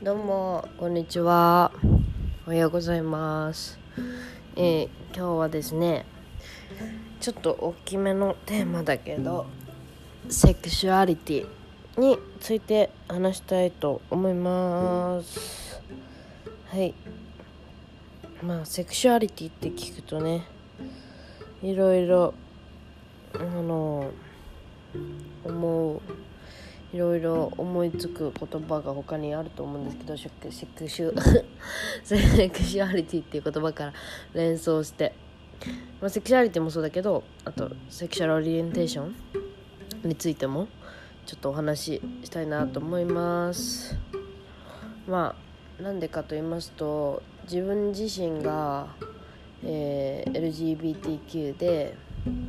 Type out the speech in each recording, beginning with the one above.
どうもこんにちは、おはようございます。今日はですね、ちょっと大きめのテーマだけどセクシュアリティについて話したいと思います。はい。セクシュアリティって聞くとね、いろいろいろいろ思いつく言葉が他にあると思うんですけど、セクシュアリティっていう言葉から連想して、セクシュアリティもそうだけど、あとセクシュアルオリエンテーションについてもちょっとお話ししたいなと思います。なんでかと言いますと、自分自身が、LGBTQ で、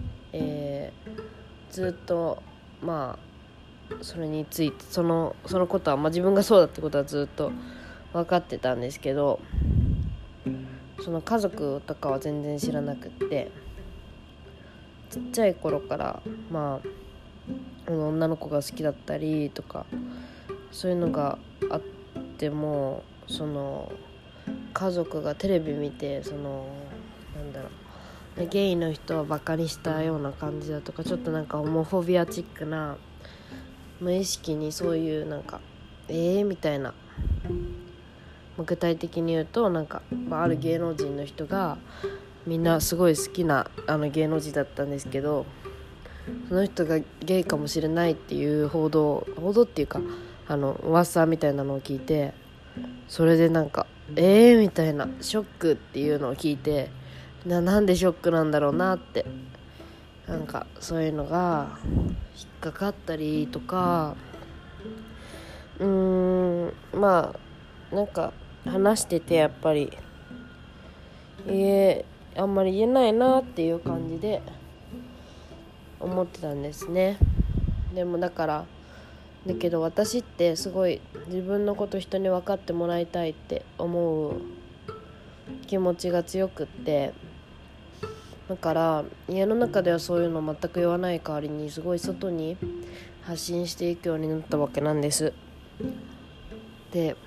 ずっとそれについてそのことは、自分がそうだってことはずっと分かってたんですけど、その家族とかは全然知らなくって、ちっちゃい頃から女の子が好きだったりとかそういうのがあっても、その家族がテレビ見てゲイの人をバカにしたような感じだとか、ちょっとホモフォビアチックな、無意識にそういうみたいな、具体的に言うとある芸能人の人がみんなすごい好きな芸能人だったんですけど、その人がゲイかもしれないっていう報道っていうか噂みたいなのを聞いて、それでみたいなショックっていうのを聞いて、なんでショックなんだろうなって、そういうのが引っかかったりとか、話しててやっぱりあんまり言えないなっていう感じで思ってたんですね。でもだけど私ってすごい自分のこと人に分かってもらいたいって思う気持ちが強くって、だから家の中ではそういうの全く言わない代わりに、すごい外に発信していくようになったわけなんです。で、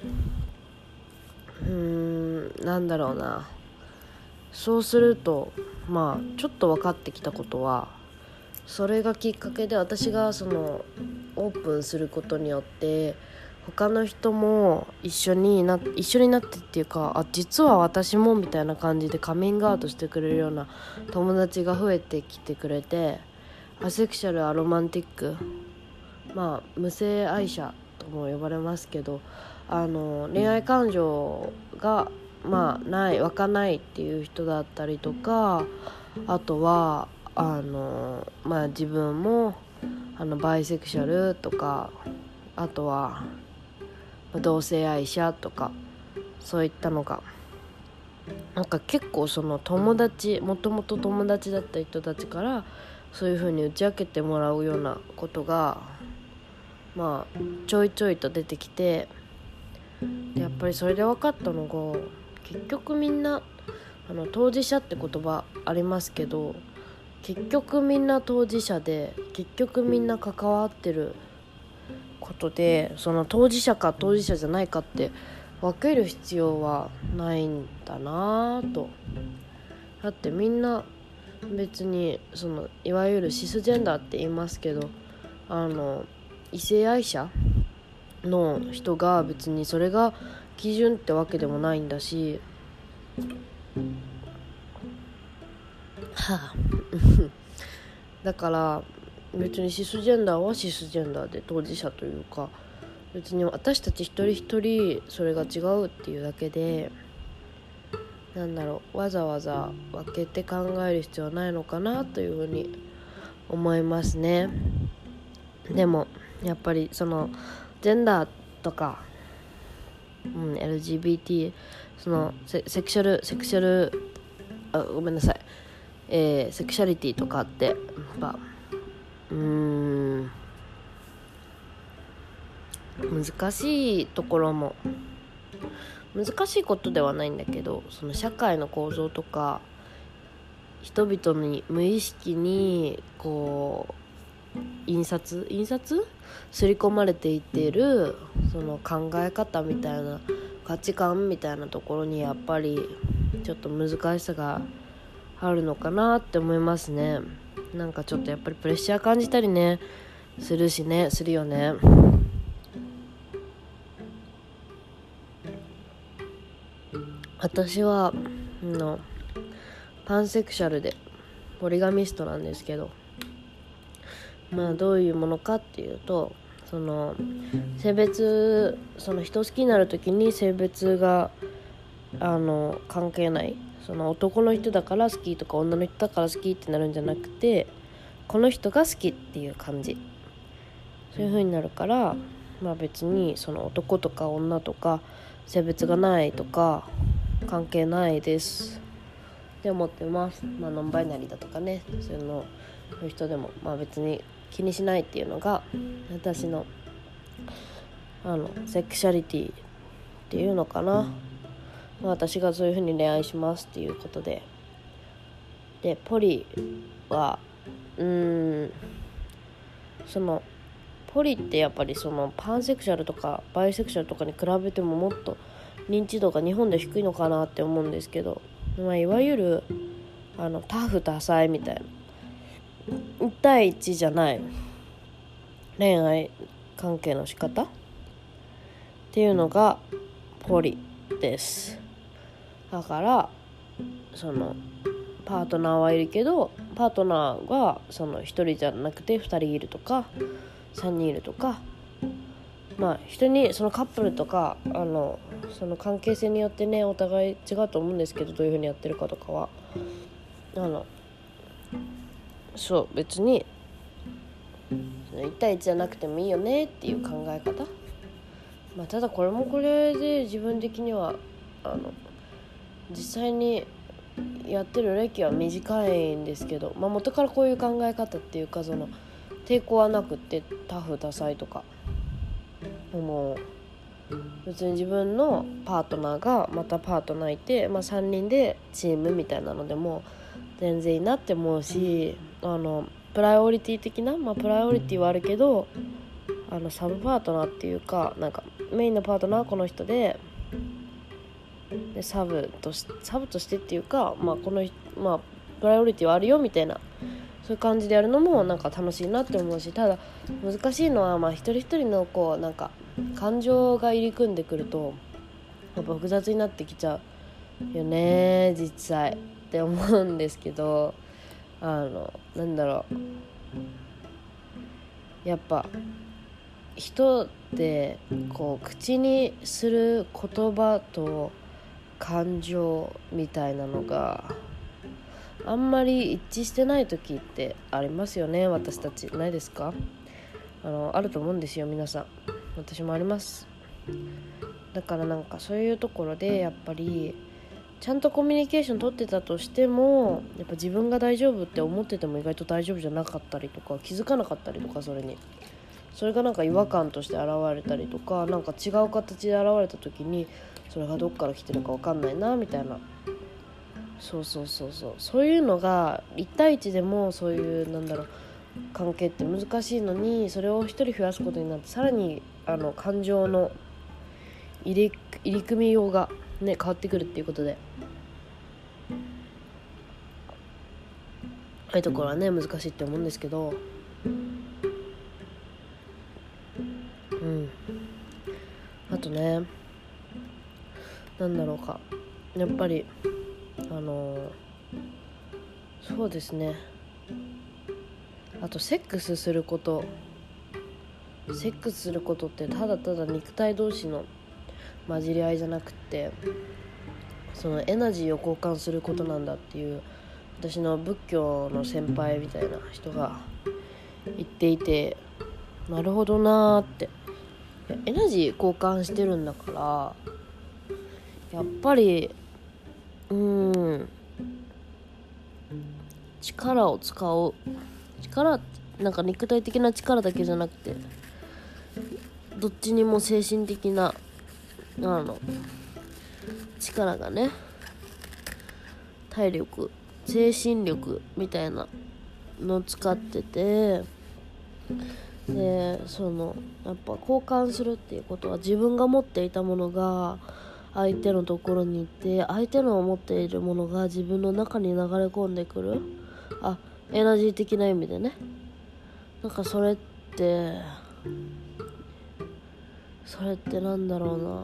そうするとちょっと分かってきたことは、それがきっかけで私がオープンすることによって他の人も一緒になってっていうか、実は私もみたいな感じでカミングアウトしてくれるような友達が増えてきてくれて、アセクシャルアロマンティック、無性愛者とも呼ばれますけど、恋愛感情が湧かないっていう人だったりとか、あとは自分もバイセクシャルとか、あとは同性愛者とか、そういったのが結構そのもともと友達だった人たちからそういう風に打ち明けてもらうようなことがちょいちょいと出てきて、でやっぱりそれで分かったのが、結局みんな当事者って言葉ありますけど、結局みんな当事者で、結局みんな関わってることで、その当事者か当事者じゃないかって分ける必要はないんだなと。だってみんな別にいわゆるシスジェンダーって言いますけど、異性愛者の人が別にそれが基準ってわけでもないんだし、だから別にシスジェンダーはシスジェンダーで当事者というか、別に私たち一人一人それが違うっていうだけで、わざわざ分けて考える必要はないのかなというふうに思いますね。でもやっぱりジェンダーとか、LGBT、セクシャルセクシャリティとかって難しいところも、難しいことではないんだけど、その社会の構造とか人々に無意識に印刷刷り込まれていっているその考え方みたいな価値観みたいなところにやっぱりちょっと難しさがあるのかなって思いますね。なんかちょっとやっぱりプレッシャー感じたりねするよね。私はパンセクシャルでポリガミストなんですけど、どういうものかっていうと、その性別、その人を好きになる時に性別が関係ない、その男の人だから好きとか女の人だから好きってなるんじゃなくて、この人が好きっていう感じ、そういう風になるから、別にその男とか女とか性別がないとか関係ないですって思ってます。ノンバイナリーだとかね、そういう人でも別に気にしないっていうのが私のセクシャリティっていうのかな。私がそういう風に恋愛しますっていうことで、ポリはそのポリってやっぱりそのパンセクシャルとかバイセクシャルとかに比べてももっと認知度が日本で低いのかなって思うんですけど、いわゆる多夫多妻みたいな1対1じゃない恋愛関係の仕方っていうのがポリです。だからそのパートナーはいるけど、パートナーがその1人じゃなくて2人いるとか3人いるとか、人にそのカップルとかその関係性によってねお互い違うと思うんですけど、どういう風にやってるかとかはそう別に1対1じゃなくてもいいよねっていう考え方。ただこれもこれで自分的には実際にやってる歴は短いんですけど、元からこういう考え方っていうか、その抵抗はなくって、多夫多妻とかもう別に自分のパートナーがまたパートナーいて、3人でチームみたいなのでも全然いいなって思うし、プライオリティ的な、プライオリティはあるけどサブパートナーっていうか、なんかメインのパートナーはこの人でサブとしてっていうか、このプライオリティはあるよみたいな、そういう感じでやるのもなんか楽しいなって思うし、ただ難しいのは一人一人のなんか感情が入り組んでくるとやっぱ複雑になってきちゃうよね実際って思うんですけど、なんだろう、やっぱ人って口にする言葉と感情みたいなのがあんまり一致してない時ってありますよね。私たちないですか？あると思うんですよ、皆さん。私もあります。だからなんかそういうところでやっぱりちゃんとコミュニケーション取ってたとしても、やっぱ自分が大丈夫って思ってても意外と大丈夫じゃなかったりとか、気づかなかったりとか、それがなんか違和感として現れたりとか、なんか違う形で現れた時にそれがどっから来てるか分かんないなみたいな、そういうのが1対1でもそういう関係って難しいのに、それを一人増やすことになって、さらに感情の入り組みようがね変わってくるっていうことで、ああいうところはね難しいって思うんですけど、あとね、なんだろうか、やっぱりそうですね、あとセックスすることってただただ肉体同士の混じり合いじゃなくて、そのエナジーを交換することなんだっていう、私の仏教の先輩みたいな人が言っていて、なるほどなーって。エナジー交換してるんだから、やっぱり力を使うなんか肉体的な力だけじゃなくて、どっちにも精神的な力がね、体力、精神力みたいなのを使ってて、 でやっぱ交換するっていうことは、自分が持っていたものが相手のところに行って、相手の持っているものが自分の中に流れ込んでくる、エナジー的な意味でね。なんかそれってなんだろうな、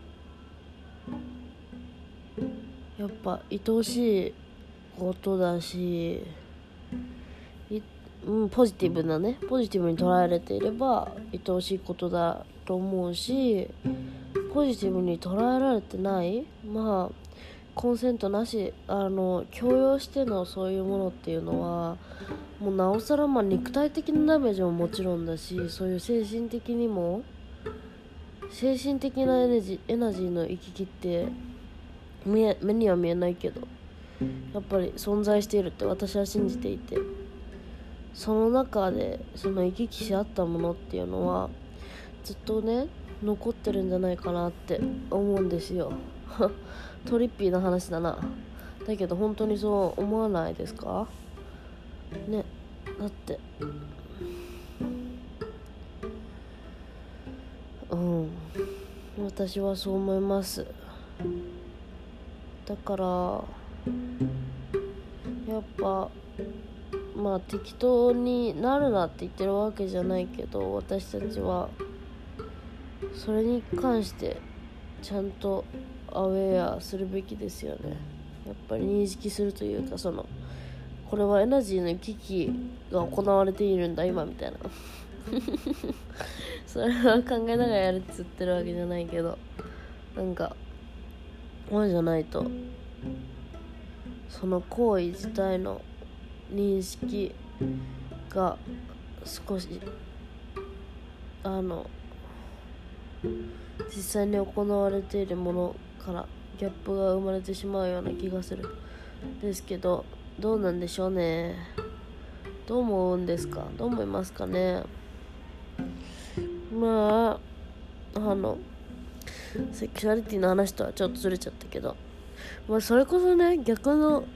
やっぱ愛おしいことだし、ポジティブに捉えられていれば愛おしいことだと思うし、ポジティブに捉えられてない、コンセントなし、強要してのそういうものっていうのは、もうなおさら肉体的なダメージももちろんだし、そういう精神的なエナジーの行き来って目には見えないけどやっぱり存在しているって私は信じていて、その中でその行き来し合ったものっていうのはずっとね残ってるんじゃないかなって思うんですよトリッピーな話だな。だけど本当にそう思わないですかね。だって私はそう思います。だからやっぱ適当になるなって言ってるわけじゃないけど、私たちはそれに関してちゃんとアウェアするべきですよね。やっぱり認識するというか、これはエナジーの行き来が行われているんだ今みたいなそれは考えながらやるって言ってるわけじゃないけど、そうじゃないとその行為自体の認識が少し実際に行われているものからギャップが生まれてしまうような気がするですけど、どうなんでしょうね。どう思うんですか？どう思いますかね。セクシュアリティの話とはちょっとずれちゃったけど、それこそね、逆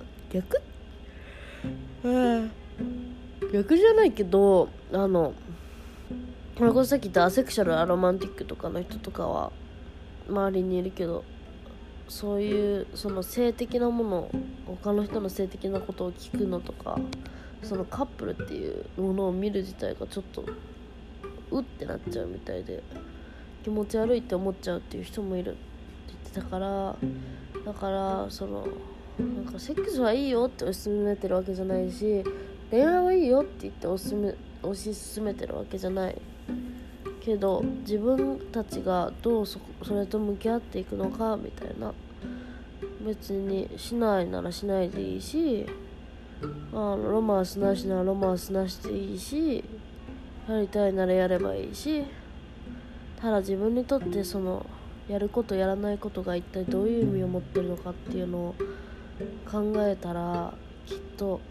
じゃないけど、これこそさっき言ったアセクシャルアロマンティックとかの人とかは周りにいるけど、そういうその性的なもの、他の人の性的なことを聞くのとか、そのカップルっていうものを見る自体がちょっとうってなっちゃうみたいで、気持ち悪いって思っちゃうっていう人もいるって言ってたから、だからセックスはいいよって推し進めてるわけじゃないし、恋愛はいいよって言って推し進めてるわけじゃないけど、自分たちがどうそれと向き合っていくのかみたいな。別にしないならしないでいいし、ロマンスなしならロマンスなしでいいし、やりたいならやればいいし、ただ自分にとってやることやらないことが一体どういう意味を持ってるのかっていうのを考えたら、きっと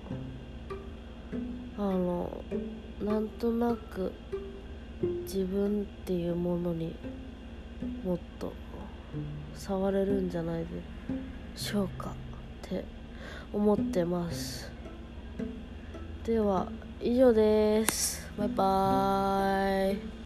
なんとなく自分っていうものにもっと触れるんじゃないでしょうかって思ってます。では以上です。バイバーイ。